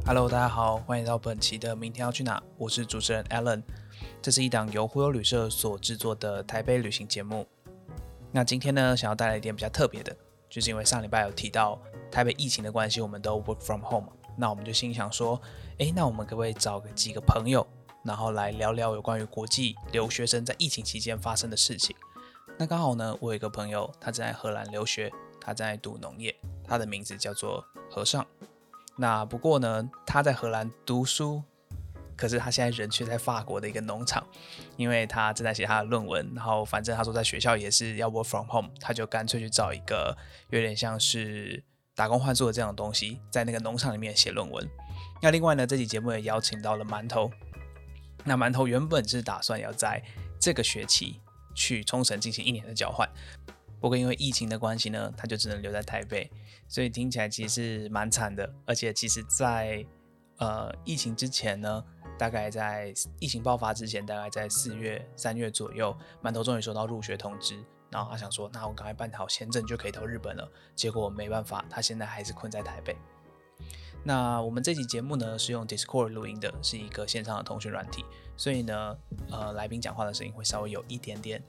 Hello， 大家好，欢迎来到本期的明天要去哪？我是主持人 Alan， 这是一档由忽悠旅社所制作的台北旅行节目。那今天呢，想要带来一点比较特别的，就是因为上礼拜有提到台北疫情的关系，我们都 work from home， 那我们就心想说，那我们可不可以找几个朋友，然后来聊聊有关于国际留学生在疫情期间发生的事情。那刚好呢，我有一个朋友，他正在荷兰留学，他正在读农业，他的名字叫做和尚。那不过呢，他在荷兰读书，可是他现在人却在法国的一个农场，因为他正在写他的论文，然后反正他说在学校也是要 work from home， 他就干脆去找一个有点像是打工换宿的这样的东西，在那个农场里面写论文。那另外呢，这期节目也邀请到了馒头。那馒头原本是打算要在这个学期去冲绳进行1年的交换，不过因为疫情的关系呢，他就只能留在台北，所以听起来其实是蛮惨的。而且其实在疫情之前呢，大概在疫情爆发之前，大概在3月左右，馒头终于收到入学通知，然后他想说，那我赶快办好签证就可以到日本了。结果没办法，他现在还是困在台北。那我们这期节目呢是用 Discord 录音的，是一个线上的通讯软体，所以呢，来宾讲话的声音会稍微有一点点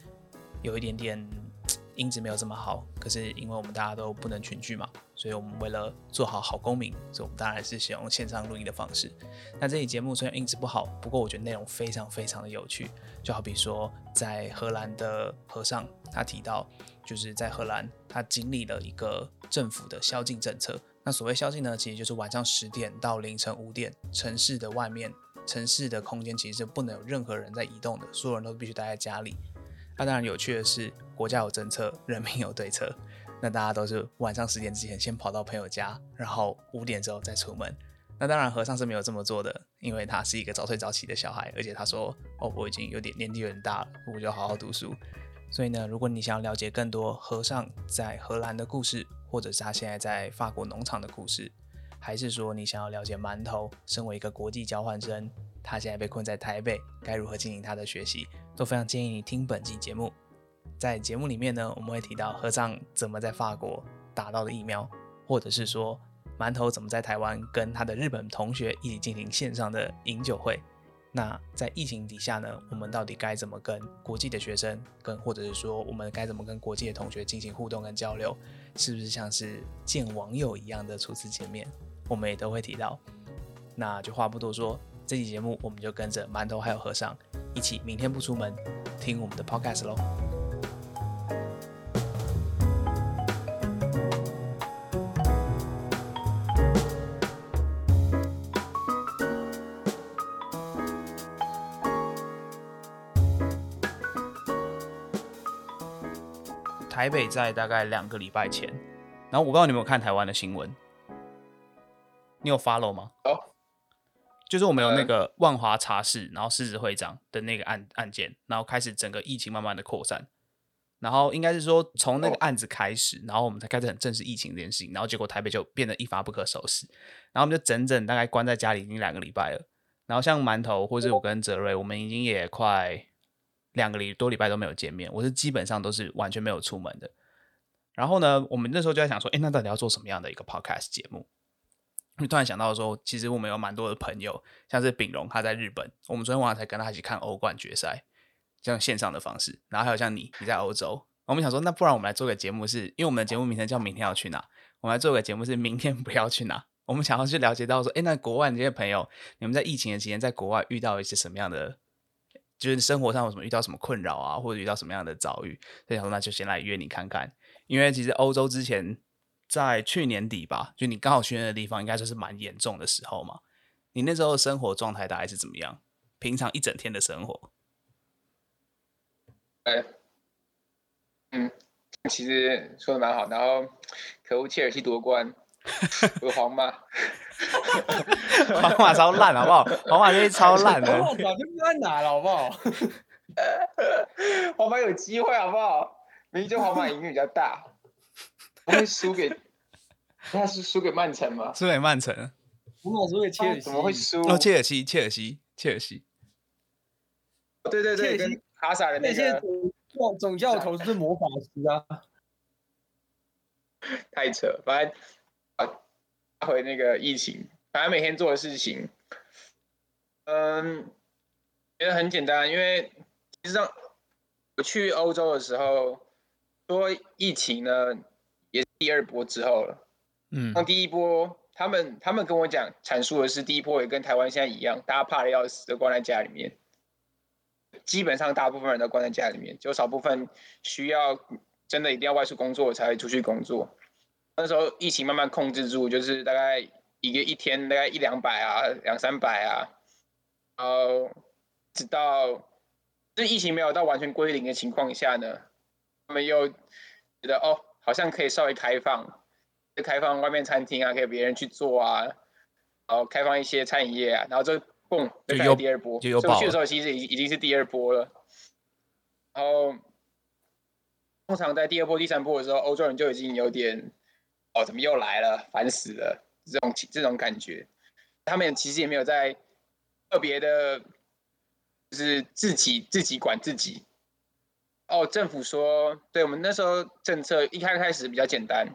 音质没有这么好，可是因为我们大家都不能群聚嘛，所以我们为了做好公民，所以我们当然是使用线上录音的方式。那这期节目虽然音质不好，不过我觉得内容非常非常的有趣。就好比说，在荷兰的和尚，他提到，就是在荷兰，他经历了一个政府的宵禁政策。那所谓宵禁呢，其实就是晚上10点到凌晨5点，城市的外面、城市的空间其实是不能有任何人在移动的，所有人都必须待在家里。那当然有趣的是，国家有政策，人民有对策。那大家都是晚上10点之前先跑到朋友家，然后5点之后再出门。那当然和尚是没有这么做的，因为他是一个早睡早起的小孩，而且他说，我已经年纪有点大了，我就好好读书。所以呢，如果你想要了解更多和尚在荷兰的故事，或者是他现在在法国农场的故事，还是说你想要了解馒头身为一个国际交换生，他现在被困在台北，该如何进行他的学习，都非常建议你听本期节目。在节目里面呢，我们会提到和尚怎么在法国打到的疫苗，或者是说馒头怎么在台湾跟他的日本同学一起进行线上的饮酒会。那在疫情底下呢，我们到底该怎么跟国际的学生或者是说我们该怎么跟国际的同学进行互动跟交流，是不是像是见网友一样的初次见面，我们也都会提到。那就话不多说，这期节目我们就跟着馒头还有和尚一起明天不出门听我们的 podcast 咯。台北在大概2个礼拜前，然后我不知道你有没有看台湾的新闻，你有 follow 吗？就是我们有那个万华茶室，然后狮子会长的那个案件，然后开始整个疫情慢慢的扩散，然后应该是说从那个案子开始，然后我们才开始很正视疫情这件事情，然后结果台北就变得一发不可收拾，然后我们就整整大概关在家里已经2个礼拜了，然后像馒头或者我跟哲瑞，我们已经也快2个多礼拜都没有见面，我是基本上都是完全没有出门的。然后呢，我们那时候就在想说，那到底要做什么样的一个 podcast 节目？就突然想到说，其实我们有蛮多的朋友，像是秉荣他在日本，我们昨天晚上才跟他一起看欧冠决赛，这样线上的方式。然后还有像你在欧洲，我们想说，那不然我们来做个节目是，因为我们的节目名称叫明天要去哪，我们来做个节目是明天不要去哪。我们想要去了解到说，那国外的这些朋友，你们在疫情的期间在国外遇到一些什么样的，就是生活上有什么遇到什么困扰啊，或者遇到什么样的遭遇，所以想说那就先来约你看看。因为其实欧洲之前在去年底吧，就你刚好去那个地方应该说是蛮严重的时候嘛，你那时候的生活状态大概是怎么样？平常一整天的生活？ 其实说的蛮好，然后可恶切尔西夺冠，我皇马， 皇马超烂好不好？皇马这超烂的， 皇马早就不在哪了好不好？ 皇马有机会好不好？明明就皇马赢比较大，他会输给，他是输给曼城吗？ 输给曼城， 皇马输给切尔西， 怎么会输？ 切尔西。 对对对，跟哈萨的那个总教头是魔法师啊， 太扯。反正回那个疫情， 反正每天做的事情，觉得很简单，因为其实上我去欧洲的时候，说疫情呢也是第2波之后了。第一波他们跟我阐述的是第一波也跟台湾现在一样，大家怕的要死，都关在家里面。基本上大部分人都关在家里面，就少部分需要真的一定要外出工作才会出去工作。那时候疫情慢慢控制住，就是大概一天大概100-200啊，200-300啊，直到这疫情没有到完全归零的情况下呢，他们又觉得好像可以稍微开放外面餐厅啊，可以别人去做啊，然后开放一些餐饮业啊，然后就蹦就开始第2波，所以我去的时候其实已经是第2波了。然后通常在第2波、第3波的时候，欧洲人就已经有点怎么又来了，烦死了这种感觉。他们其实也没有在特别的，就是自己管自己。政府说，对我们那时候政策一开始比较简单，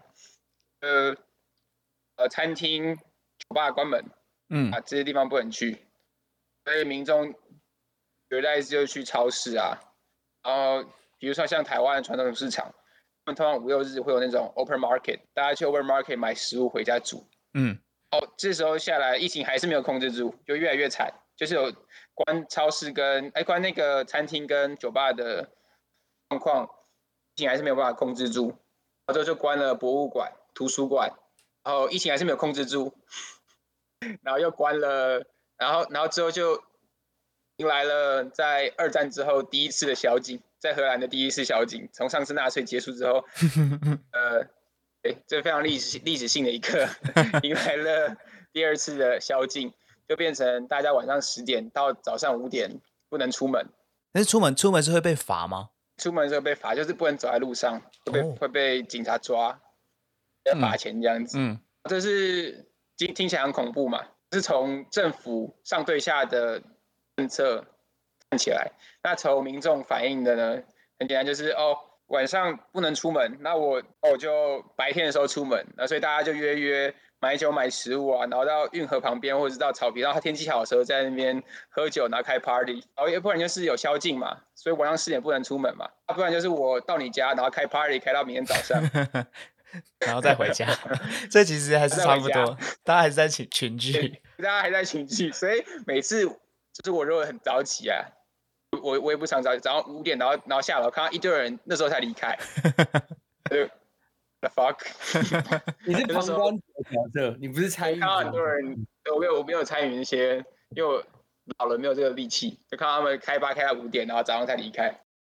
餐厅、酒吧关门，这些地方不能去，所以民众有代就去超市啊，然后比如说像台湾的传统市场，他们通常5、6日会有那种 open market， 大家去 open market 买食物回家煮。这时候下来，疫情还是没有控制住，就越来越惨，就是有关超市关那个餐厅跟酒吧的状况，疫情还是没有办法控制住，然后就关了博物馆、图书馆，然后疫情还是没有控制住，然后又关了，然后之后就迎来了在2战之后第一次的宵禁，在荷兰的第一次宵禁，从上次纳粹结束之后，这非常历史性的一刻，迎来了第2次的宵禁，就变成大家晚上10点到早上5点不能出门。 但是出门是会被罚吗？ 出门是会被罚，就是不能走在路上，会被警察抓，要罚钱这样子。这是听起来很恐怖嘛，是从政府上对下的政策看起来，那从民众反映的呢，很简单，就是晚上不能出门，那我就白天的时候出门，那所以大家就约买酒买食物啊，然后到运河旁边或者是到草坪，然后天气好的时候在那边喝酒，然后开 party， 然后要不然就是有宵禁嘛，所以晚上4点不能出门嘛，不然就是我到你家，然后开 party 开到明天早上， 然后再回家，这其实还是差不多，大家还是在群聚， 大家还在群聚，所以每次就是我如果很早起啊。我也不常早起，早上5点，然后下楼看到一堆人，那时候才离开。The fuck！ 你是旁观者角色，你不是参与。 看到很多人，我没有参与那些，因为我老了没有这个力气，就看到他们开到5点，然后早上才离开。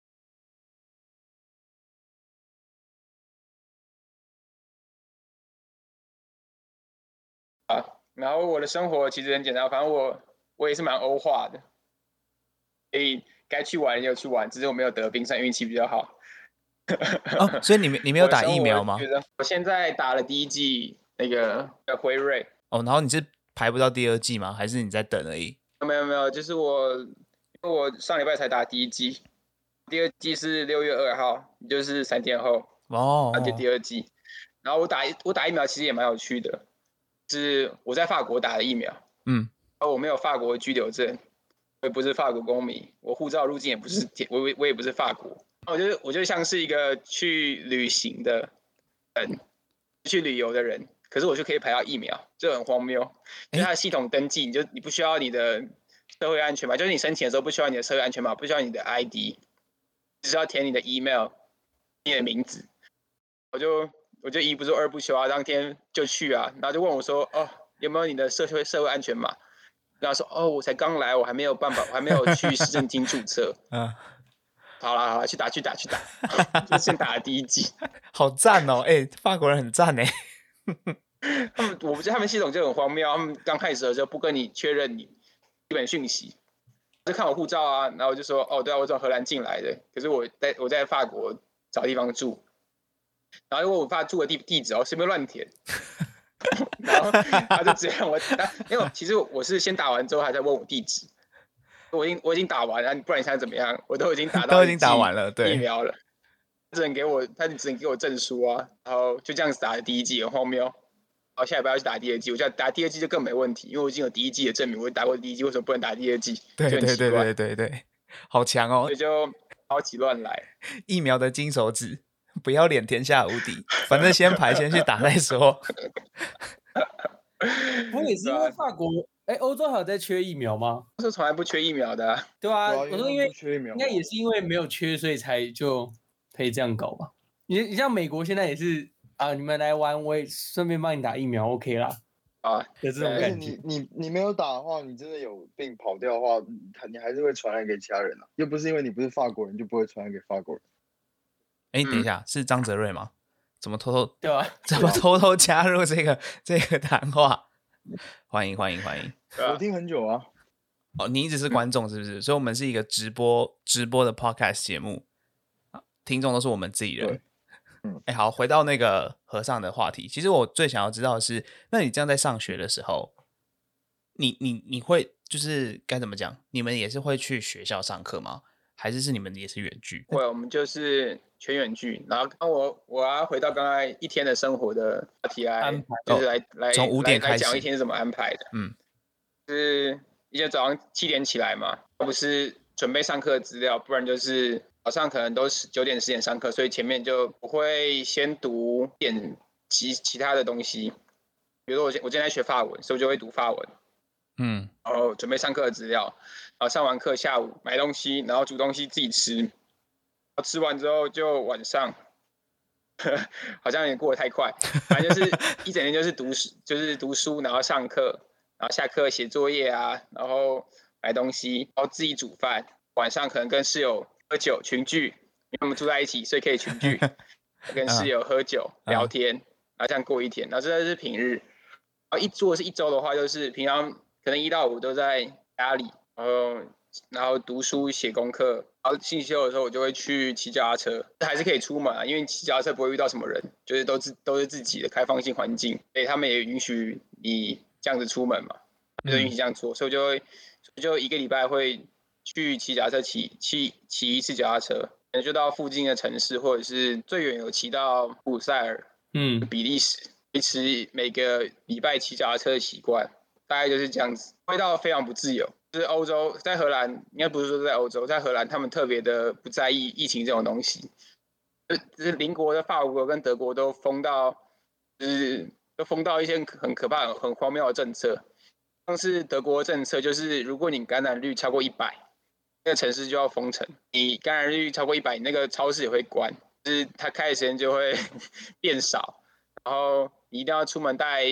然后我的生活其实很简单，反正我也是蛮欧化的。所以该去玩就去玩，只是我没有得病，算运气比较好。 所以你没有打疫苗吗？ 我现在打了第1剂那个辉瑞。 然后你是排不到第2剂吗？还是你在等而已？ 没有，就是我上礼拜才打第1剂，第2剂是6月2号，就是3天后就第2剂。然后我打疫苗其实也蛮有趣的，是我在法国打的疫苗，我没有法国居留证。我也不是法国公民，我护照入境也不是，我也不是法国。我就像是一个去旅行的人，去旅游的人，可是我就可以排到疫苗，这很荒谬。因为它的系统登记，你不需要你的社会安全码，就是你申请的时候不需要你的社会安全码，不需要你的 ID， 只需要填你的 email， 你的名字。我就一不做二不休啊，当天就去啊，然后就问我说，有没有你的社会安全码？跟他说我才刚来，我还没有办法，我还没有去市政厅注册。好啦，去打，就先打了第1剂。 好赞哦！法国人很赞哎。 我不知道他们系统就很荒谬，他们刚开始的时候不跟你确认你基本讯息，就看我护照啊，然后我就说对啊，我从荷兰进来的，可是我在法国找地方住，然后问我爸住的地址随便乱填。然后他就直接让我因为其实我是先打完之后还在问我地址，我已经打完了，不然你想怎么样？我都已经打完了，对， 疫苗了，他只能给我证书啊，然后就这样子打了第1剂，很荒谬。 好，下礼拜要去打第二季，我就打第二季就更没问题，因为我已经有第一季的证明，我打过第一季，为什么不能打第二季？ 对，好强哦！ 所以就超级乱来。 疫苗的金手指，不要脸天下无敌，反正先排先去打再说。 不过也是因为法国，欧洲还有在缺疫苗吗？ 是从来不缺疫苗的啊。 对啊，我说因为应该也是因为没有缺，所以才就可以这样搞吧。你像美国现在也是啊，你们来玩，我也顺便帮你打疫苗 ，OK 啦。 啊， 有这种感觉。 你没有打的话，你真的有病跑掉的话，你还是会传染给其他人啊。又不是因为你不是法国人就不会传染给法国人。 等一下，是张泽瑞吗？怎么偷偷对啊？ 怎么偷偷加入这个谈话？欢迎！ 我听很久啊。 哦，你一直是观众是不是？所以我们是一个直播的 podcast 节目，听众都是我们自己人。好，回到那个和尚的话题，其实我最想要知道的是，那你这样在上学的时候，你会就是该怎么讲？你们也是会去学校上课吗？还是你们也是远距？ 会，我们就是全远距。然后我要回到刚才一天的生活的话题来，就是来从5点开始讲一天是怎么安排的。就是一天早上7点起来嘛，不是准备上课的资料，不然就是早上可能都是9点10点上课，所以前面就不会先读点其他的东西。比如说我今天在学法文，所以我就会读法文。然后准备上课的资料，然后上完课下午买东西，然后煮东西自己吃，然后吃完之后就晚上，好像有点过得太快，反正就是一整天就是读书，然后上课，然后下课写作业啊，然后买东西，然后自己煮饭，晚上可能跟室友喝酒群聚，因为我们住在一起，所以可以群聚，跟室友喝酒聊天，然后这样过一天，然后这是平日，然后如果是1周的话，就是平常可能1到5都在家里，然后读书写功课，然后星期六的时候我就会去骑脚踏车，还是可以出门啊，因为骑脚踏车不会遇到什么人，就是都是自己的开放性环境，所以他们也允许你这样子出门嘛，就允许这样做，所以就1个礼拜会去骑脚踏车骑1次脚踏车，可能就到附近的城市，或者是最远有骑到布鲁塞尔，比利时，维持每个礼拜骑脚踏车的习惯。大概就是这样子，味道非常不自由。就是欧洲，在荷兰，应该不是说在欧洲，在荷兰他们特别的不在意疫情这种东西。就是邻国的法国跟德国都封到一些很可怕、很荒谬的政策。像是德国的政策，就是如果你感染率超过100，那个城市就要封城；你感染率超过100，你那个超市也会关，就是它开的时间就会变少。然后你一定要出门带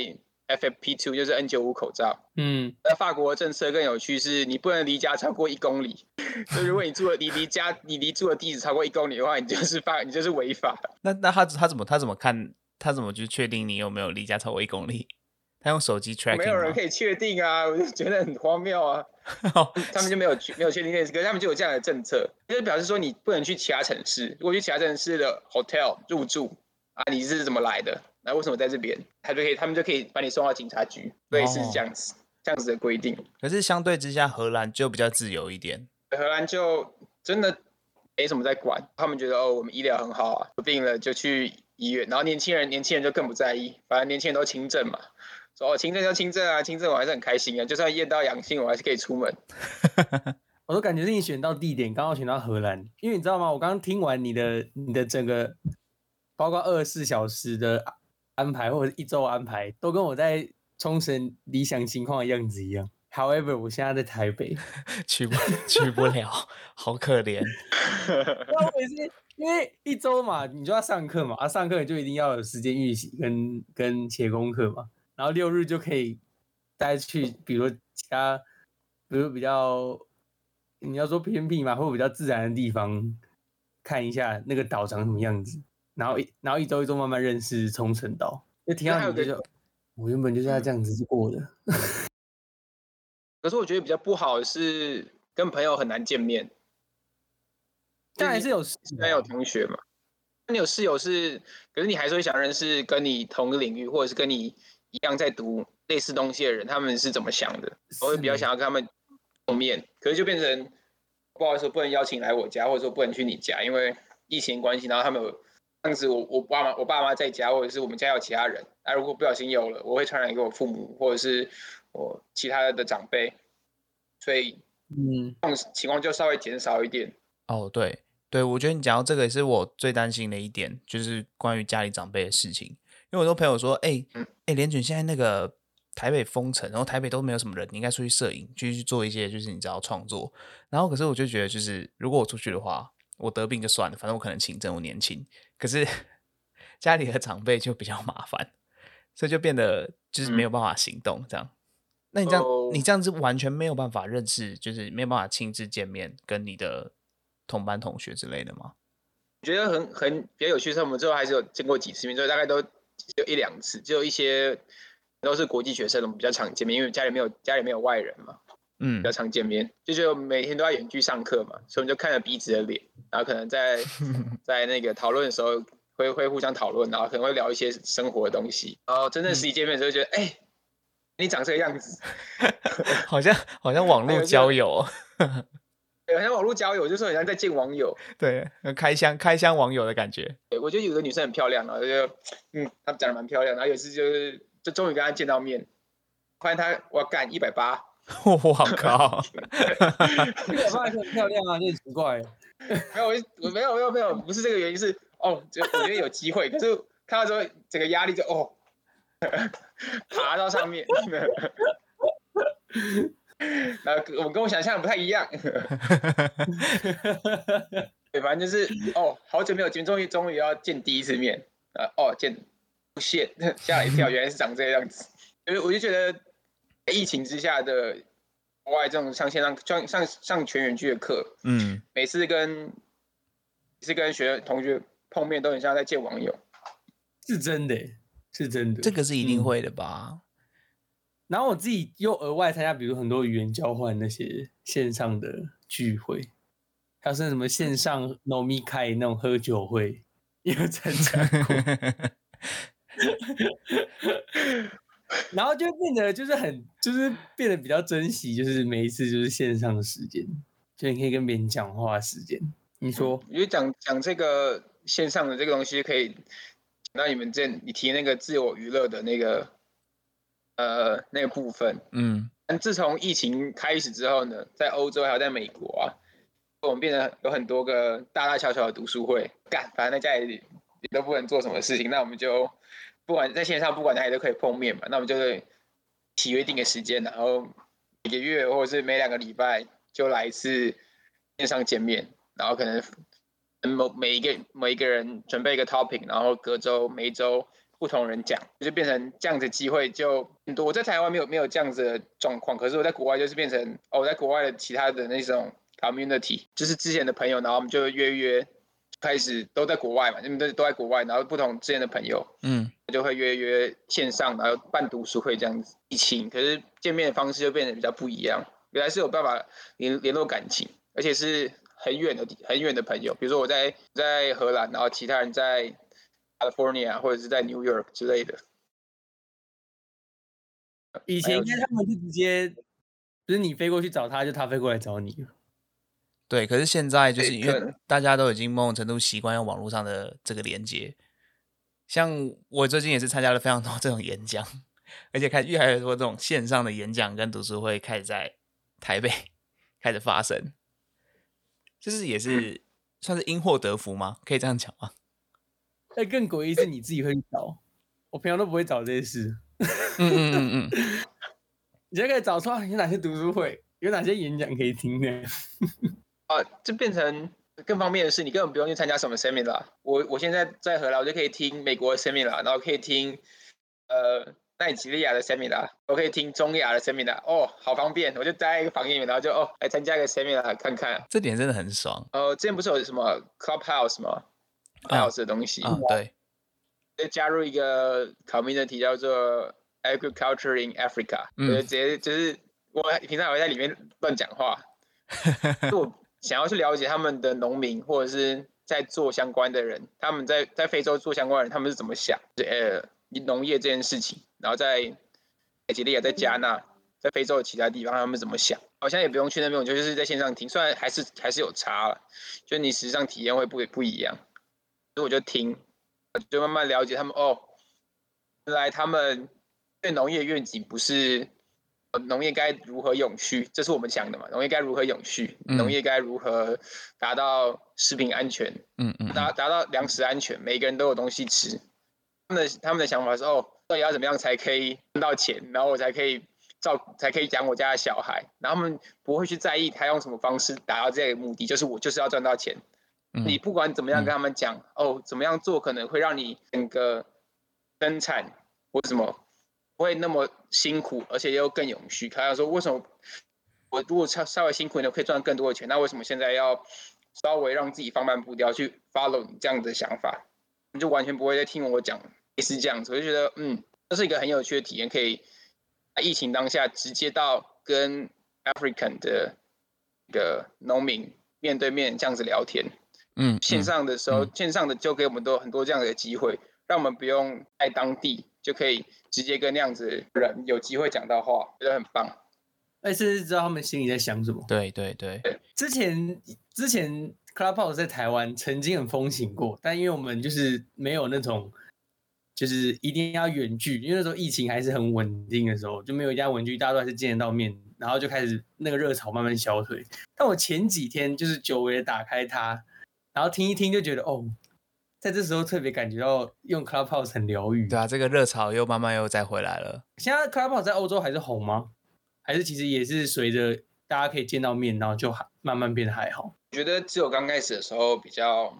FFP2 就是 N95 口罩。那法国的政策更有趣，是你不能离家超过1公里。所以如果你离住的地址超过1公里的话，你就是违法。 那他怎么看？他怎么就确定你有没有离家超过1公里？他用手机 tracking 吗？ 没有人可以确定啊，我就觉得很荒谬啊。他们就没有确定这件事，可是他们就有这样的政策，就是表示说你不能去其他城市。如果去其他城市的 hotel 入住啊，你是怎么来的？那为什么在这边？他们就可以把你送到警察局，类似这样子的规定。 可是相对之下，荷兰就比较自由一点。 荷兰就真的没什么在管，他们觉得我们医疗很好啊，有病了就去医院。然后年轻人就更不在意，反正年轻人都轻症嘛，说轻症就轻症啊，轻症我还是很开心啊，就算验到阳性，我还是可以出门。 我都感觉是你选到地点，刚好选到荷兰，因为你知道吗？我刚刚听完你的整个，包括24小时的安排或者1周安排，都跟我在冲绳理想情况的样子一样。However， 我现在在台北， 去不了，好可怜。 那我也是因为1周嘛，你就要上课嘛，上课你就一定要有时间预习跟写功课嘛，然后6日就可以带去，比如其他，比如比较你要说偏僻嘛，或者比较自然的地方看一下那个岛长什么样子，然后一周一周慢慢认识冲绳岛。就听到你就我原本就是要这样子过的。 可是我觉得比较不好的是跟朋友很难见面。 但还是有同学嘛，你有室友是，可是你还是会想认识跟你同个领域或者是跟你一样在读类似东西的人，他们是怎么想的？我会比较想要跟他们碰面，可是就变成不好意思，不能邀请来我家，或者说不能去你家，因为疫情关系，然后他们有这样子我爸妈在家，或者是我们家有其他人，如果不小心有了，我会传染给我父母或者是我其他的长辈，所以这种情况就稍微减少一点。 哦，对，我觉得你讲到这个也是我最担心的一点，就是关于家里长辈的事情。因为我很多朋友说，连准现在那个台北封城，然后台北都没有什么人，你应该出去摄影，去做一些就是你知道创作。然后可是我就觉得，就是如果我出去的话，我得病就算了，反正我可能轻症，我年轻。可是家里的长辈就比较麻烦，所以就变得就是没有办法行动这样。那你这样子完全没有办法认识，就是没有办法亲自见面，跟你的同班同学之类的吗？ 我觉得很比较有趣的是，我们最后还是有见过几次面，所以大概都有1-2次，只有一些都是国际学生，我们比较常见面，因为家里没有外人嘛，比较常见面，就每天都在远距上课嘛，所以我们就看着彼此的脸，然后可能在那个讨论的时候会互相讨论，然后可能会聊一些生活的东西，然后真正实际见面的时候就觉得，你长这个样子， 好像网络交友。 对，好像网络交友，就是好像在见网友， 对，开箱网友的感觉。 对，我觉得有个女生很漂亮，然后她长得蛮漂亮，然后有一次就终于跟她见到面，发现她我干180， 我靠 ，180还是很漂亮啊，你很奇怪。 没有，不是这个原因，是就我觉得有机会，可是看到之后整个压力就爬到上面。然后我跟我想象的不太一样，对，反正就是好久没有见，终于要见第一次面，见不见，吓了一跳，原来是长这个样子。我就觉得疫情之下的国外这种像线上全远距的课，每次跟同学碰面都很像在见网友， 是真的， 这个是一定会的吧。 然后我自己又额外参加，比如很多语言交换那些线上的聚会，还有是什么线上 nomikai 那种喝酒会，也有参加过。然后就变得就是变得比较珍惜，就是每一次就是线上的时间，就你可以跟别人讲话的时间。你说， 我觉得讲这个线上的这个东西，可以讲到你提那个自我娱乐的那个部分，但自从疫情开始之后呢，在欧洲还有在美国啊，我们变得有很多个大大小小的读书会，反正在家里都不能做什么事情，那我们就不管在线上，不管哪里都可以碰面嘛，那我们就会起约定的时间，然后每个月或者是每2个礼拜就来一次线上见面，然后可能每一个人准备一个 topic， 然后每一周不同人讲，就变成这样子机会就很多。我在台湾没有这样子的状况，可是我在国外就是变成我在国外的其他的那种 community， 就是之前的朋友，然后我们就约开始都在国外嘛，你们都在国外，然后不同之前的朋友，就会约线上，然后办读书会这样子一起，可是见面的方式就变得比较不一样，原来是有办法联络感情，而且是很远的朋友，比如说我在荷兰，然后其他人在 California 或者是在 New York 之类的。 以前应该他们就直接，就是你飞过去找他，就他飞过来找你。 对，可是现在就是因为大家都已经某种程度习惯用网络上的这个连接，像我最近也是参加了非常多这种演讲，而且越来越多这种线上的演讲跟读书会开始在台北开始发生，就是也是算是因祸得福吗？可以这样讲吗？ 更诡异是你自己会去找，我平常都不会找这些事。你就可以找出来有哪些读书会，有哪些演讲可以听的。 就变成更方便的是，你根本不用去参加什么 seminar。我现在在荷兰，我就可以听美国的 seminar， 然后可以听奈及利亚的 seminar， 我可以听中亚的 seminar， 好方便，我就待在一个房间里面，然后就来参加一个 seminar 看看。 这点真的很爽。 之前不是有什么 Clubhouse 吗？Clubhouse 的东西。 对。 就加入一个 community 叫做 Agriculture in Africa，我就直接就是我平常也会在里面乱讲话，我想要去了解他们的农民或者是在做相关的人，他们在非洲做相关的人，他们是怎么想农业这件事情，然后在奈及利亚、在加纳、在非洲的其他地方，他们怎么想？好像也不用去那边，我就是在线上听，虽然还是有差了，就你实际上体验会不一样，所以我就听。 就慢慢了解他们原来他们对农业愿景不是农业该如何永续，这是我们想的嘛？农业该如何永续？农业该如何达到食品安全？达到粮食安全，每个人都有东西吃。他们的想法是到底要怎么样才可以赚到钱，然后我才可以养我家的小孩，然后他们不会去在意他用什么方式达到这个目的，就是我就是要赚到钱。你不管怎么样跟他们讲怎么样做可能会让你整个生产或什么不会那么辛苦，而且又更永续。他说为什么我如果稍微辛苦一点可以赚更多的钱，那为什么现在要稍微让自己放慢步调去 follow 你这样的想法？你就完全不会再听我讲类似这样子。我就觉得这是一个很有趣的体验，可以在疫情当下直接到跟 African 的一个农民面对面这样子聊天。线上的时候，线上的就给我们很多这样的机会，让我们不用在当地就可以直接跟那样子的人有机会讲到话，觉得很棒。 甚至知道他们心里在想什么。 对。 之前 Clubhouse 在台湾曾经很风行过，但因为我们就是没有那种，就是一定要远距，因为那时候疫情还是很稳定的时候，就没有一定要远距，大家都还是见得到面，然后就开始那个热潮慢慢消退。但我前几天就是久违的打开它，然后听一听就觉得在这时候特别感觉到用 Clubhouse 很疗愈。 对啊，这个热潮又慢慢又再回来了。 现在 Clubhouse 在欧洲还是红吗？还是其实也是随着大家可以见到面，然后就慢慢变得还好？ 我觉得只有刚开始的时候比较，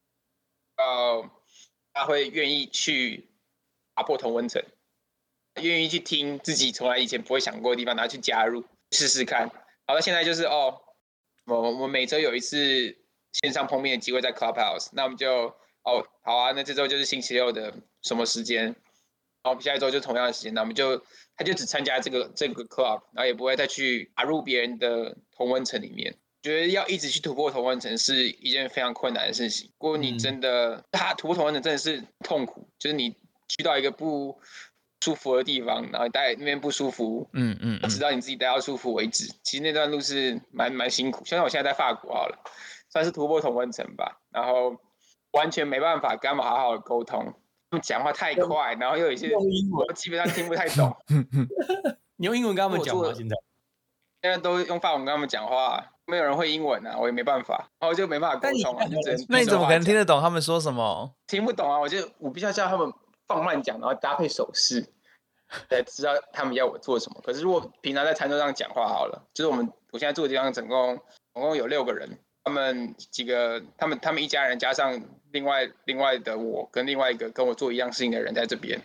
他会愿意去打破同温层，愿意去听自己从来以前不会想过的地方，然后去加入试试看。好了，现在就是我们每周有一次线上碰面的机会在 Clubhouse， 那我们就好啊，那这周就是星期六的什么时间？然后下一周就同样的时间，那我们他就只参加这个 club， 然后也不会再去打入别人的同温层里面。觉得要一直去突破同温层是一件非常困难的事情。如果你真的，突破同温层真的是痛苦，就是你去到一个不舒服的地方，然后待在那边不舒服，直到你自己待到舒服为止。其实那段路是蛮辛苦。像我现在在法国好了，算是突破同温层吧，然后完全没办法跟他们好好的沟通。他们讲话太快，然后又有一些我基本上听不太懂。 你用英文跟他们讲吗？现在都用法文跟他们讲话，没有人会英文啊，我也没办法，然后就没办法沟通啊，就只能。 那你怎么可能听得懂他们说什么？ 听不懂啊，我必须要叫他们放慢讲，然后搭配手势，才知道他们要我做什么。可是如果平常在餐桌上讲话好了，就是我现在住的地方总共有6个人。他们几个，他们一家人加上另外的我跟另外一个跟我做一样事情的人在这边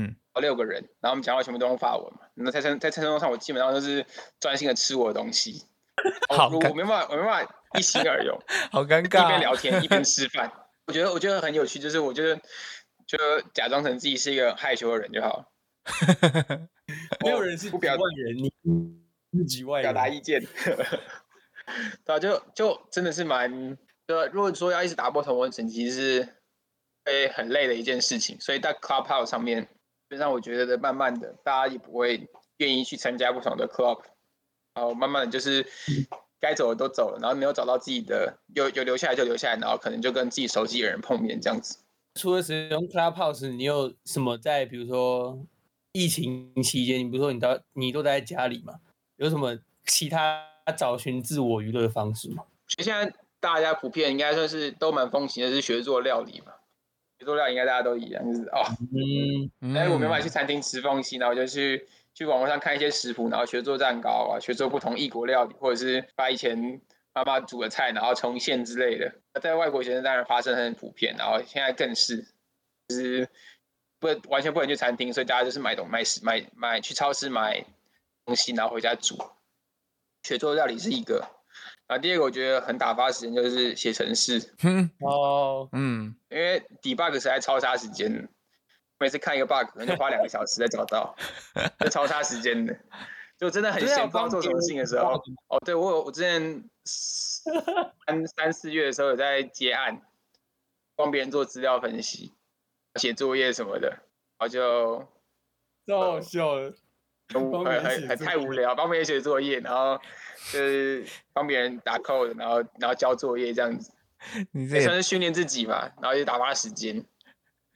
，6个人，然后我们讲话全部都用法文嘛。那在餐桌上，我基本上都是专心的吃我的东西，我没办法一心二用， 好尴尬， 一边聊天一边吃饭。我觉得很有趣，就是我觉得就假装成自己是一个害羞的人就好。 没有人是局外人，你是局外人， 表达意见。对啊，就真的是如果说要一直打破同温层，其实是会很累的一件事情。所以在 Clubhouse 上面，基本上我觉得慢慢的，大家也不会愿意去参加不同的 Club， 然后慢慢的就是该走的都走了，然后没有找到自己的，有留下来就留下来，然后可能就跟自己熟悉的人碰面这样子。 除了使用 Clubhouse， 你有什么在比如说疫情期间，你比如说你都待在家里嘛，有什么其他找寻自我娱乐的方式吗？ 现在大家普遍应该算是都蛮风行的，是学做料理嘛。学做料理应该大家都一样，就是我没办法去餐厅吃东西，然后就去网络上看一些食谱，然后学做蛋糕啊，学做不同异国料理，或者是把以前妈妈煮的菜然后重现之类的。在外国学生当然发生很普遍，然后现在更是，就是完全不能去餐厅，所以大家就是买去超市買东西，然后回家煮。学做料理是一个，然后第二个我觉得很打发时间就是写程式。因为 debug 实在超杀时间，每次看一个 bug 可能就花2个小时才找到，就超杀时间的，就真的很闲，不知道做什么事情的时候。对，我之前3、4月的时候有在接案，帮别人做资料分析、写作业什么的，然后就超好笑的。 太无聊，帮别人写作业，然后就是帮别人打 code， 然后交作业这样子，也算是训练自己嘛，然后也打发时间。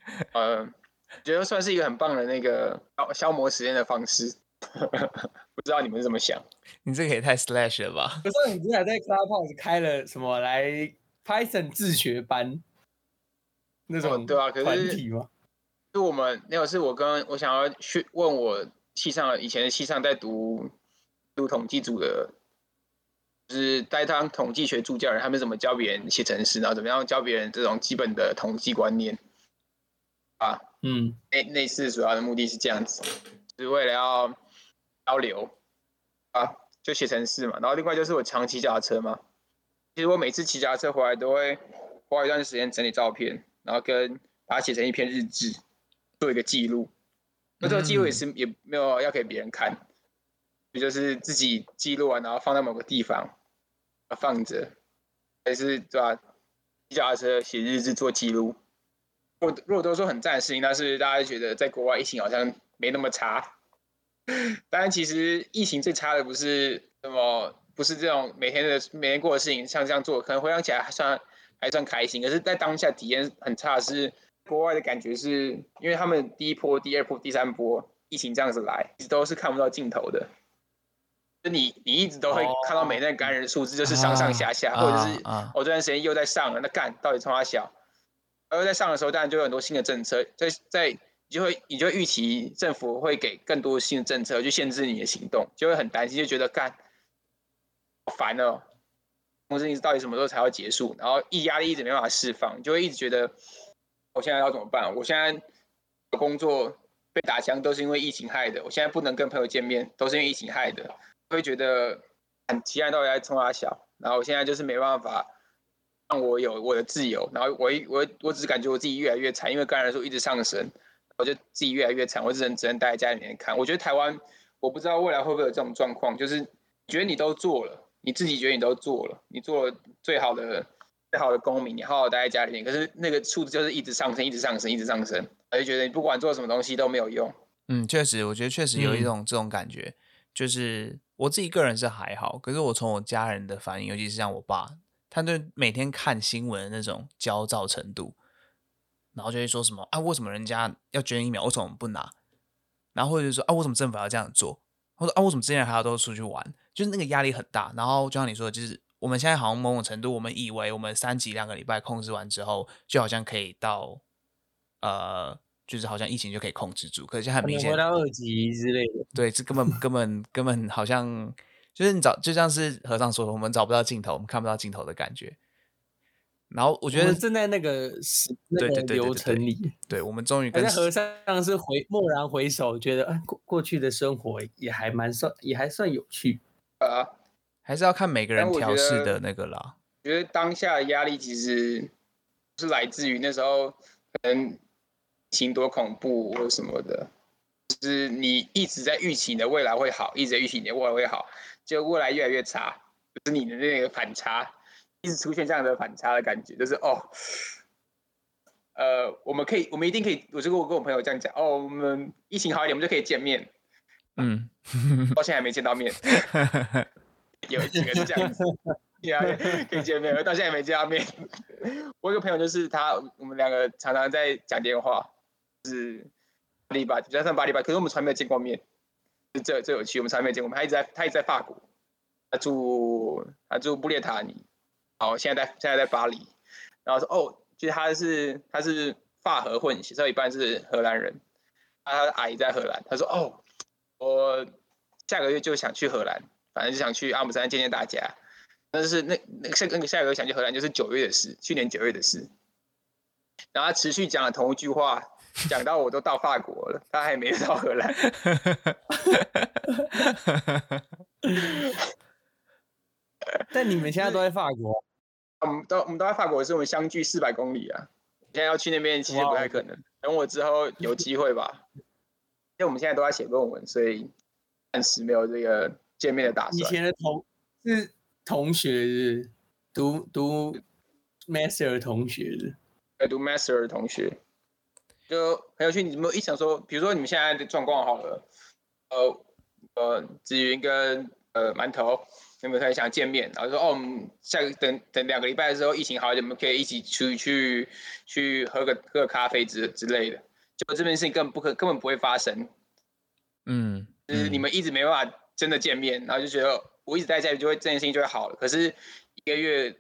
觉得算是一个很棒的那个消磨时间的方式。不知道你们是怎么想？ 你这个也太 slash 了吧？ 可是你之前在 Clubhouse 开了什么来 Python 自学班那种对啊，可团是体吗？ 是我们那个是我想要去问我以前的系上在读统计组的，就是在当统计学助教人，他们怎么教别人写程式，然后怎么样教别人这种基本的统计观念啊？那次主要的目的是这样子，就是为了要交流啊，就写程式嘛。然后另外就是我常骑脚踏车嘛，其实我每次骑脚踏车回来都会花一段时间整理照片，然后把它写成一篇日志，做一个记录。那这个记录也没有要给别人看，就是自己记录完，然后放在某个地方放着，还是对吧？骑脚踏车写日志做记录。如果都说很赞的事情，但是大家觉得在国外疫情好像没那么差。当然，其实疫情最差的不是这种每天过的事情，像这样做，可能回想起来还算开心。可是，在当下体验很差的是国外的感觉是，因为他们第一波、第二波、第三波疫情这样子来，一直都是看不到尽头的。就你一直都会看到每天的感染数字就是上上下下，或者是我这段时间又在上了，那干到底从哪小？而在上的时候，当然就有很多新的政策，你就会预期政府会给更多新的政策去限制你的行动，就会很担心，就觉得干好烦哦，这事情到底什么时候才要结束？然后压力一直没办法释放，就会一直觉得我现在要怎么办？我现在工作被打枪都是因为疫情害的，我现在不能跟朋友见面都是因为疫情害的，会觉得其他人到底在冲他小，然后我现在就是没办法让我有我的自由，然后我只感觉我自己越来越惨，因为感染数一直上升，我就自己越来越惨，我只能待在家里面看。我觉得台湾，我不知道未来会不会有这种状况，就是觉得你都做了，你自己觉得你都做了，你做了最好的公民，你好好待在家里面，可是那个数字就是一直上升，一直上升，一直上升，我就觉得你不管做什么东西都没有用。 确实，我觉得确实有一种这种感觉，就是我自己个人是还好，可是我从我家人的反应，尤其是像我爸，他对每天看新闻的那种焦躁程度，然后就会说什么啊，为什么人家要捐疫苗，为什么不拿？然后或者是说啊，为什么政府要这样做？或者啊，为什么之前还要都出去玩？就是那个压力很大。然后就像你说的，就是我们现在好像某种程度，我们以为我们3级2个礼拜控制完之后，就好像可以到就是好像疫情就可以控制住。可是现在很明显回到2级之类的。 对，这根本好像就是就像是和尚说的，我们找不到尽头，我们看不到尽头的感觉。然后我觉得我们正在那个流程里， 对，我们终于跟和尚是蓦然回首，觉得过去的生活也还算有趣还是要看每个人调试的那个啦。 我觉得当下的压力其实是来自于那时候可能疫情多恐怖或什么的，就是你一直在预期你的未来会好，一直在预期你的未来会好，结果未来越来越差，就是你的那个反差。一直出现这样的反差的感觉，就是我们一定可以，我就跟我朋友这样讲，我们疫情好一点，我们就可以见面。到现在还没见到面，有几个是这样子，可以见面，到现在还没见到面。我有个朋友就是我们2个常常在讲电话，就是加上8礼拜，可是我们从来没有见过面，这有趣，我们从来没有见过面。他一直在法国，他住布列塔尼。现在在巴黎，然后说其实他是法荷混血，所以一半是荷兰人。他的阿姨在荷兰，他说我下个月就想去荷兰，反正就想去阿姆斯特丹见大家。但是那个下个月想去荷兰就是9月的事，去年9月的事。然后他持续讲了同一句话，讲到我都到法国了，他还没到荷兰。 但你们现在都在法国？ 我们都在法国，是我们相距400公里啊！现在要去那边其实不太可能，等我之后有机会吧。因为我们现在都在写论文，所以暂时没有这个见面的打算。 以前的同学读 master 的同学读 master 的同学，就很有趣。你们一想说，比如说你们现在的状况好了，子云跟馒头有没有很想见面？然后说哦，我们等2个礼拜的时候，疫情好一点，我们可以一起去喝个咖啡之类的。结果这件事情根本不会发生。就是你们一直没办法真的见面，然后就觉得我一直待在这件事情就会好了。可是1个月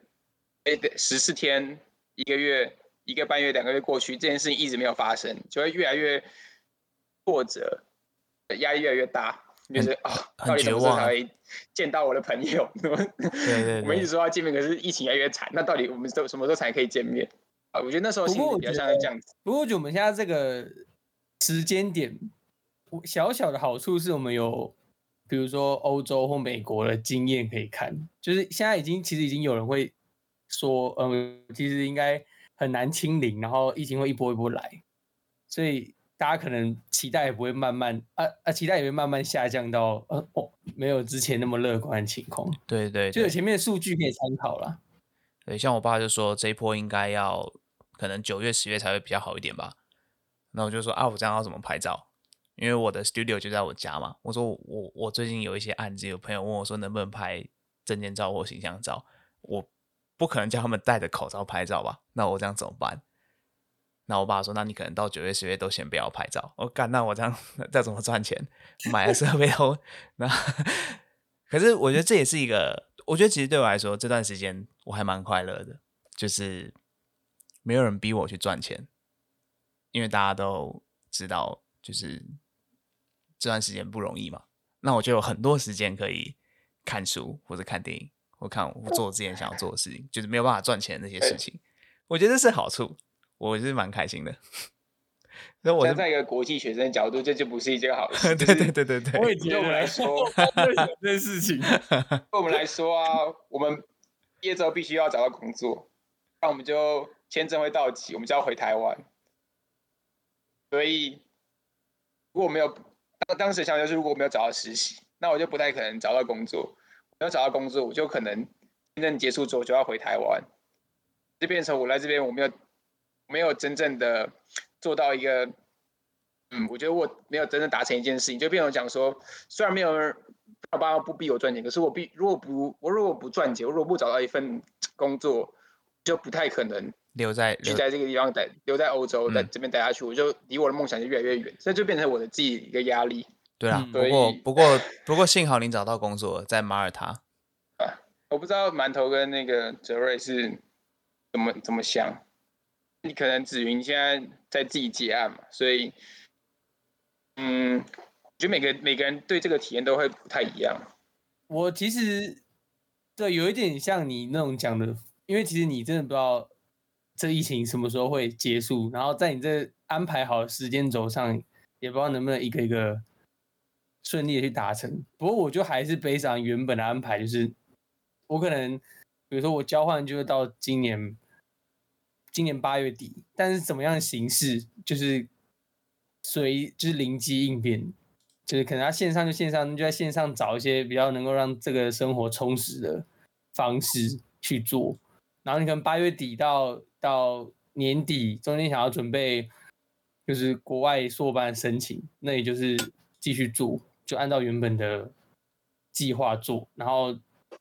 14天，1个月1个半月2个月过去，这件事情一直没有发生，就会越来越挫折，压力越来越大。就是到底什么时候才会见到我的朋友？ 对， 我们一直说要见面，可是疫情越来越惨，那到底我们什么时候才可以见面？我觉得那时候心里比较像是这样子。 不过我觉得我们现在这个时间点，小小的好处是我们有，比如说欧洲或美国的经验可以看，就是现在其实已经有人会说，其实应该很难清零，然后疫情会一波一波来，所以大家可能期待也不会期待也会慢慢下降到没有之前那么乐观的情况。 对， 就有前面的数据可以参考啦。 对，像我爸就说这一波应该要可能9月10月才会比较好一点吧。那我就说我这样要怎么拍照？因为我的 studio 就在我家嘛。我说我最近有一些案子，有朋友问我说能不能拍证件照或形象照，我不可能叫他们戴着口罩拍照吧？那我这样怎么办？那我爸说，那你可能到9月10月都先不要拍照。我干，那我这样再怎么赚钱？买了设备都那，可是我觉得这也是一个，我觉得其实对我来说这段时间我还蛮快乐的，就是没有人逼我去赚钱，因为大家都知道，就是这段时间不容易嘛。那我就有很多时间可以看书或者看电影，或做我之前想要做的事情，就是没有办法赚钱的那些事情。我觉得这是好处。我是蛮开心的， 所以我站在一个国际学生的角度，这就不是一件好事。 对， 我也觉得。 对我们来说， 这件事情， 对我们来说啊，我们毕业之后必须要找到工作，那我们就签证会到期，我们就要回台湾。所以，如果没有当时想就是，如果我没有找到实习，那我就不太可能找到工作。没有找到工作，我就可能签证结束之后就要回台湾。就变成我来这边，我没有真正的做到一个，我觉得我没有真正达成一件事情，就变成讲说，虽然没有人爸爸不逼我赚钱，可是如果不赚钱，我如果不找到一份工作，就不太可能在这个地方留在欧洲，在这边待下去，我就离我的梦想就越来越远，所以就变成我的自己一个压力。 对啊，不过幸好你找到工作在马耳他。 我不知道馒头跟那个哲瑞是怎么想。你可能子云现在在自己结案嘛，所以，我觉得每个人对这个体验都会不太一样。 我其实对有一点像你那种讲的，因为其实你真的不知道这疫情什么时候会结束，然后在你这安排好的时间轴上，也不知道能不能一个一个顺利的去达成。不过我就还是背上原本的安排，就是我可能比如说我交换就会到今年8月底，但是怎么样的形式就是就是灵机应变，就是可能他线上就线上，就在线上找一些比较能够让这个生活充实的方式去做。然后你可能8月底到年底中间想要准备就是国外硕班申请，那也就是继续做，就按照原本的计划做，然后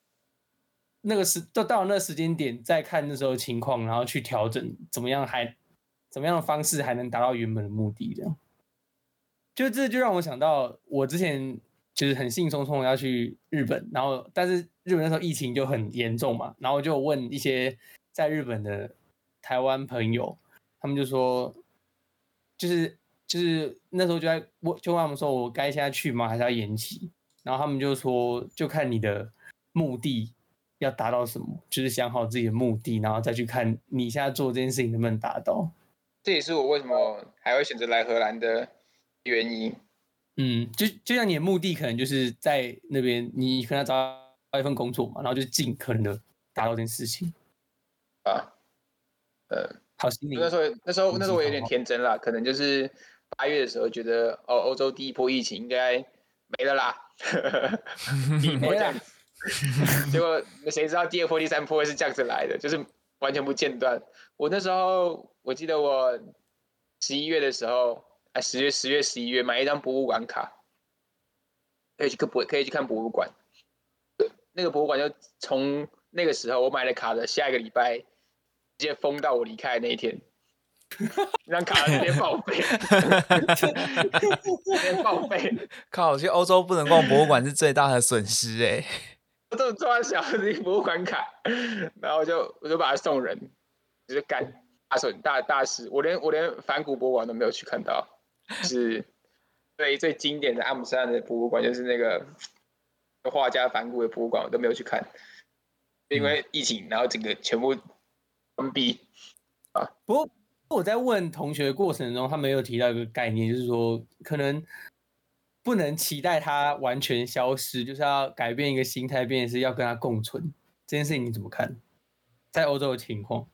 到了那个时间点再看那时候情况，然后去调整怎么样的方式还能达到原本的目的，这样。这就让我想到我之前就是很兴冲冲的要去日本，然后但是日本那时候疫情就很严重嘛，然后就问一些在日本的台湾朋友，他们就说就是那时候就问他们说我该现在去吗，还是要延期？然后他们就说就看你的目的要达到什么，就是想好自己的目的，然后再去看你现在做这件事情能不能达到。 这也是我为什么还会选择来荷兰的原因。 就像你的目的可能就是在那边，你可能要找到一份工作嘛，然后就尽可能的达到这件事情。好心理。 那时候我有点天真啦，可能就是8月的时候觉得欧洲第一波疫情应该没了啦，第一波这样子。结果谁知道第2波、第3波会是这样子来的，就是完全不间断。我那时候我记得我11月的时候，10月、11月买一张博物馆卡，可以去看博物馆。 那个博物馆就从那个时候我买了卡的下一个礼拜，直接封到我离开的那一天，让卡直接报废，直接报废。 靠，去欧洲不能逛博物馆是最大的损失哎。 我这种抓小的博物馆卡，然后我就把它送人，就是干大事。我连梵谷博物馆都没有去看到，就是最经典的阿姆斯特丹的博物馆，就是那个画家梵谷的博物馆，我都没有去看，因为疫情，然后整个全部关闭啊。 不过我在问同学的过程中，他们有提到一个概念，就是说可能不能期待它完全消失，就是要改变一个心态，变成是要跟它共存。这件事情你怎么看？在欧洲的情况？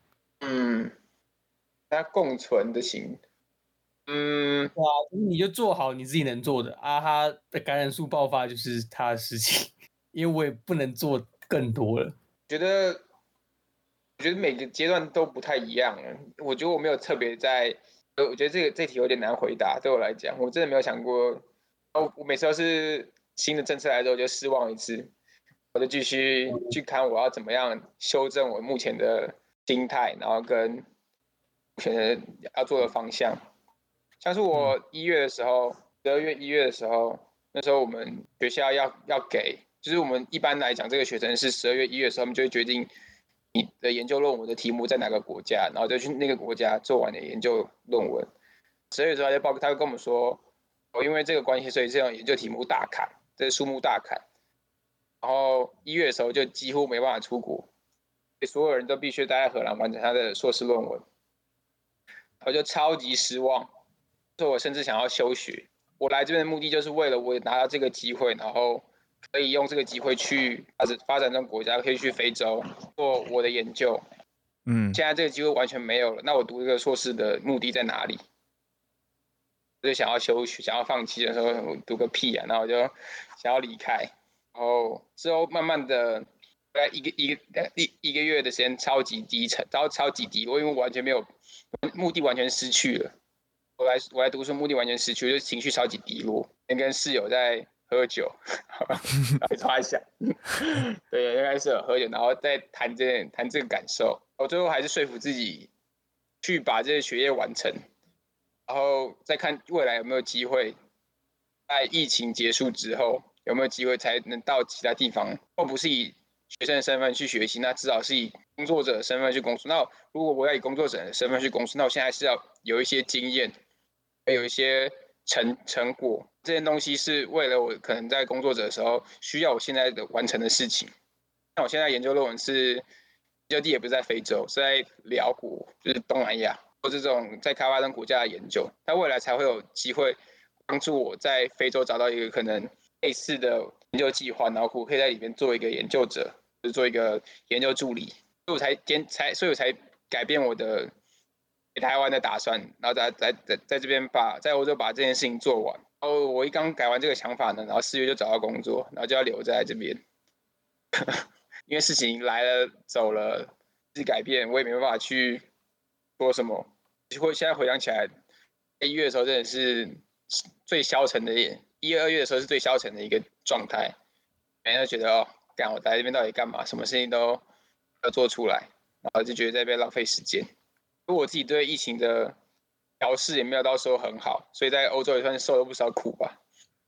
它共存的情。 哇，你就做好你自己能做的啊，它的感染数爆发就是它的事情，因为我也不能做更多了。 我觉得每个阶段都不太一样。我觉得我没有特别我觉得这题有点难回答，对我来讲，我真的没有想过。我每次都是新的政策来之后就失望一次，我就继续去看我要怎么样修正我目前的心态，然后跟目前的要做的方向。像是我1月的时候，12月1月的时候，那时候我们学校要给，就是我们一般来讲，这个学程是12月1月的时候，我们就会决定你的研究论文的题目在哪个国家，然后就去那个国家做完的研究论文。12月的时候他就跟我们说，因为这个关系，所以这种研究题目大砍，这个数目大砍。然后1月的时候就几乎没办法出国，所有人都必须待在荷兰完成他的硕士论文，我就超级失望。所以我甚至想要休学。我来这边的目的就是为了我拿到这个机会，然后可以用这个机会去发展中国家，可以去非洲做我的研究。现在这个机会完全没有了，那我读这个硕士的目的在哪里？我就想要休学，想要放弃的时候，我读个屁啊！然后我就想要离开。然后之后慢慢的，大概一个月的时间超级低沉，超级低落，因为我完全没有目的，完全失去了。我来读书目的完全失去，就是情绪超级低落，跟室友在喝酒，然后突想，对，应该是有喝酒，然后再谈这个感受。我最后还是说服自己去把这些学业完成，然后再看未来有没有机会，在疫情结束之后有没有机会才能到其他地方，或不是以学生的身份去学习，那至少是以工作者的身份去工作。那如果我要以工作者的身份去工作，那我现在是要有一些经验。有一些成果，这些东西是为了我可能在工作者的时候需要我现在的完成的事情。那我现在研究论文是研究地也不是在非洲，是在辽国，就是东南亚，做这种在开发中国家的研究。那未来才会有机会帮助我在非洲找到一个可能类似的研究计划，然后我可以在里面做一个研究者，就是做一个研究助理。所以我才改变我的台湾的打算，然后在这边在欧洲把这件事情做完。然后我一刚改完这个想法呢，然后4月就找到工作，然后就要留在这边。因为事情来了走了，自己改变，我也没办法去说什么。现在回想起来，1月的时候真的是最消沉的1、2月的时候是最消沉的一个状态。每天都觉得干我来这边到底干嘛？什么事情都要做出来，然后就觉得在这边浪费时间。我自己对疫情的调试也没有到时候很好，所以在欧洲也算是受了不少苦吧。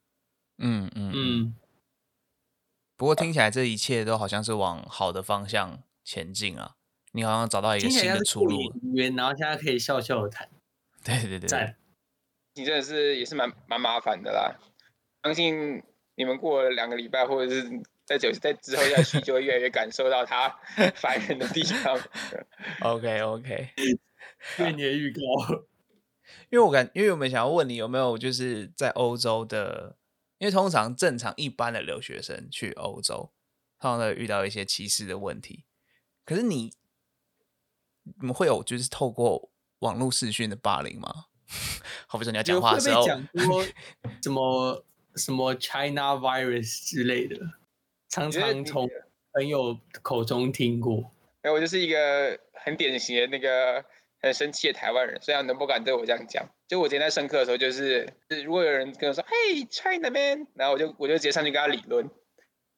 不过听起来这一切都好像是往好的方向前进啊！你好像找到一个新的出路了。 然后现在可以笑笑的谈。 对， 你真的是也是蛮麻烦的啦。相信你们过了2个礼拜，或者是在之後下去，就会越来越感受到它烦人的地方。 OK， 对你的预告。 因为我们想要问你有没有就是在欧洲的，因为通常正常一般的留学生去欧洲，通常都会遇到一些歧视的问题。可是你们会有就是透过网络视讯的霸凌吗？好比说你要讲话的时候， 会被讲说什么 China virus 之类的，常常从朋友口中听过。 我就是一个很典型的那个很生气的台湾人，虽然能不敢对我这样讲。就我之前在上课的时候，就是如果有人跟我说 "Hey China man"， 然后我就直接上去跟他理论。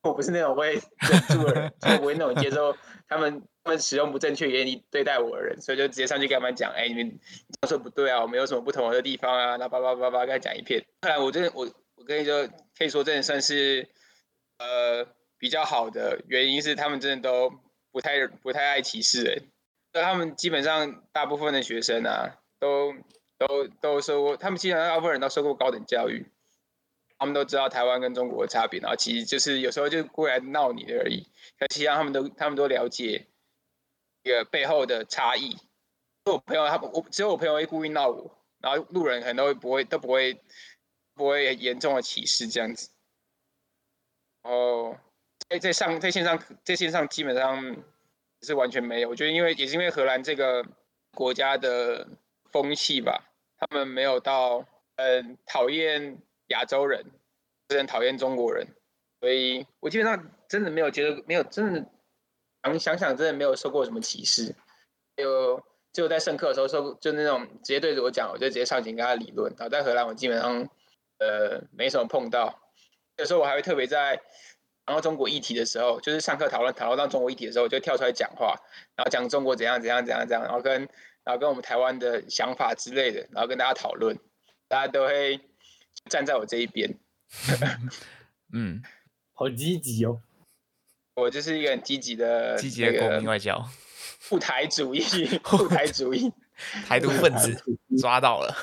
我不是那种会忍住的人，我不会那种接受他们使用不正确言语对待我的人，所以就直接上去跟他们讲，你们这样说不对啊，我们有什么不同的地方啊，那叭叭叭叭跟他讲一片。后来我跟你说，可以说真的算是比较好的原因是他们真的都不太爱歧视人，他们基本上大部分的学生啊都受过，他们基本上大部分人都受过高等教育。他们都知道台湾跟中国的差别，然后其实就是有时候就过来闹你的而已。可其实他们都了解一个背后的差异。我朋友只有我朋友会故意闹我，然后路人可能都不会严重的歧视这样子。然后在线上基本上是完全没有。我觉得也是因为荷兰这个国家的风气吧，他们没有到讨厌亚洲人，很讨厌中国人，所以我基本上真的没有真的想真的没有受过什么歧视。就在上课的时候就那种直接对着我讲，我就直接上前跟他理论。然后在荷兰我基本上没什么碰到，有时候我还会特别在讲到中国议题的时候，就是上课讨论到中国议题的时候，我就跳出来讲话，然后讲中国怎样，然后跟我们台湾的想法之类的，然后跟大家讨论，大家都会站在我这一边。 嗯，好积极哦！ 我就是一个很积极的国民外交， 护台主义， 台独分子抓到了。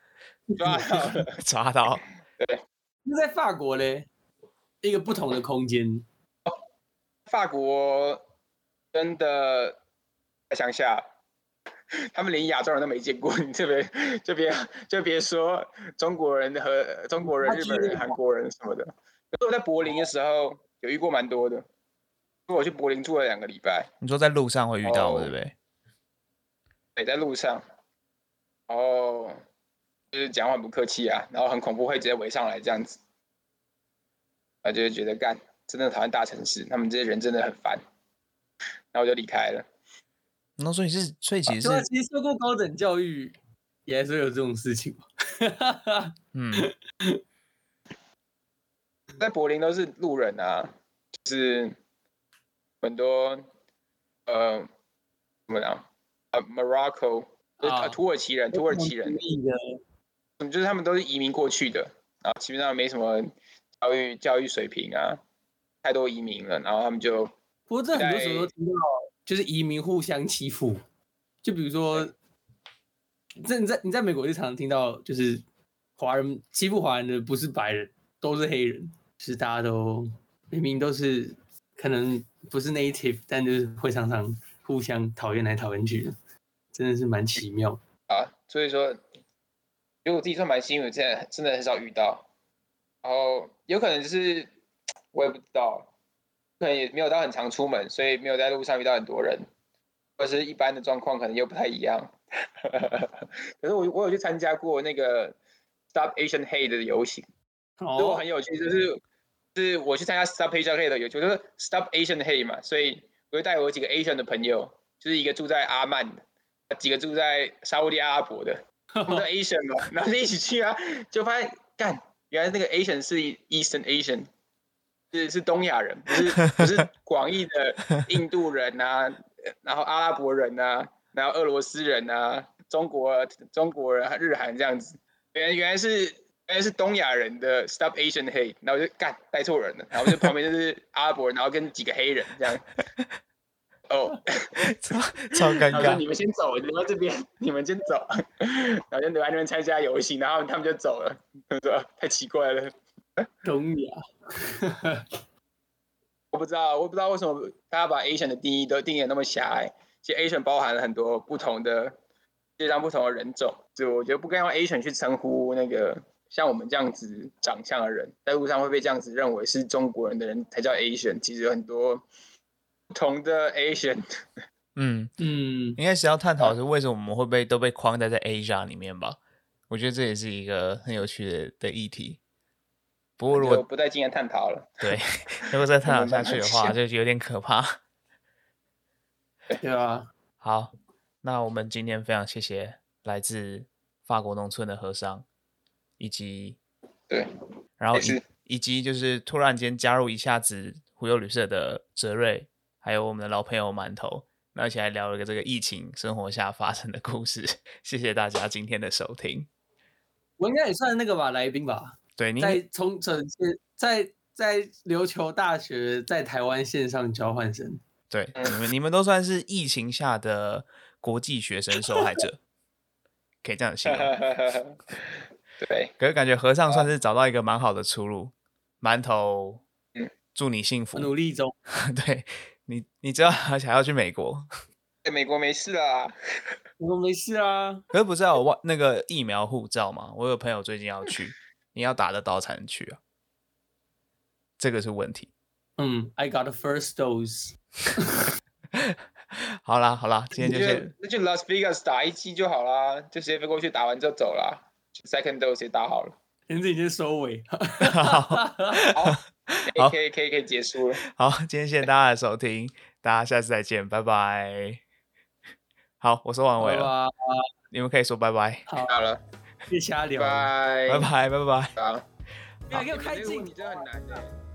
对， 那在法国嘞，一个不同的空间。 法国真的乡下，他们连亚洲人都没见过，你就别说中国人、日本人、韩国人什么的。可是我在柏林的时候有遇过蛮多的，我去柏林住了2个礼拜。 你说在路上会遇到，对不对？ 对，在路上，然后就是讲话很不客气啊，然后很恐怖，会直接围上来这样子，就会觉得真的讨厌大城市，他们这些人真的很烦，然后我就离开了。 那所以其实其实受过高等教育，也还是有这种事情嘛。 在柏林都是路人啊，就是很多怎么讲Morocco 土耳其人，就是他们都是移民过去的，然后基本上没什么教育水平啊，太多移民了，然后他们就不过这很多时候都听到，就是移民互相欺负，就比如说，你在美国就常常听到，就是华人欺负华人的不是白人，都是黑人，就是大家都明明都是可能不是 native， 但就是会常常互相讨厌来讨厌去的，真的是蛮奇妙啊。所以说，因为我自己算蛮幸运，现在真的很少遇到，然后有可能就是我也不知道，可能也没有到很常出门，所以没有在路上遇到很多人，或者是一般的状况可能又不太一样。可是我有去参加过那个 Stop Asian Hate 的游行，所以我很有趣，就是我去参加 Stop Asian Hate 的游行，就是 Stop Asian Hate 嘛，所以我就带我几个 Asian 的朋友，就是一个住在阿曼的，几个住在沙烏地阿拉伯的，我们都 Asian 嘛，然后就一起去啊，就发现原来那个 Asian 是 Eastern Asian， 是东亚人，不是广义的印度人啊，然后阿拉伯人啊，然后俄罗斯人啊，中国人、日韩这样子，原来是东亚人的 Stop Asian Hate， 然后我就带错人了，然后就旁边就是阿拉伯人，然后跟几个黑人这样。 超尴尬。 你们先走，留在这边，你们先走，然后就留在那边参加游行，然后他们就走了。我说太奇怪了， 东亚。 我不知道为什么大家把 Asian 的定义都定义那么狭隘。其实 Asian 包含了很多不同的世界上不同的人种，就我觉得不该用 Asian 去称呼那个像我们这样子长相的人，在路上会被这样子认为是中国人的人才叫 Asian。其实有很多不同的 Asian。 应该是要探讨是为什么我们会都被框在 Asia 里面吧？我觉得这也是一个很有趣的议题。不过如果不再进行探讨了， 对，如果再探讨下去的话，就有点可怕。 对啊， 好，那我们今天非常谢谢来自法国农村的和尚，以及对， 然后以及就是突然间加入一下子忽悠旅社的哲瑞，还有我们的老朋友馒头，那一起来聊了个这个疫情生活下发生的故事。谢谢大家今天的收听。 我应该也算那个吧，来宾吧。 对， 在冲绳在琉球大学在台湾线上交换生。 对，你们都算是疫情下的国际学生受害者，可以这样形容。 对， 可是感觉和尚算是找到一个蛮好的出路。馒头，祝你幸福， 努力中。 对你知道而且还要去美国。 美国没事啦。 美国没事啊。 可是不是要有那个疫苗护照吗？我有朋友最近要去，你要打得到才能去啊，这个是问题。 I got the first dose 。 好啦，今天就先那就 Las Vegas 打1剂就好啦，就直接飞过去打完就走啦。Second dose 也打好了， 现在已经收尾。 好，可以结束了。 好，今天谢谢大家的收听，大家下次再见，拜拜。好，我说完尾了，你们可以说拜拜。 好了， 别瞎聊， 拜拜拜。 好， 你给我开镜， 你真的很难。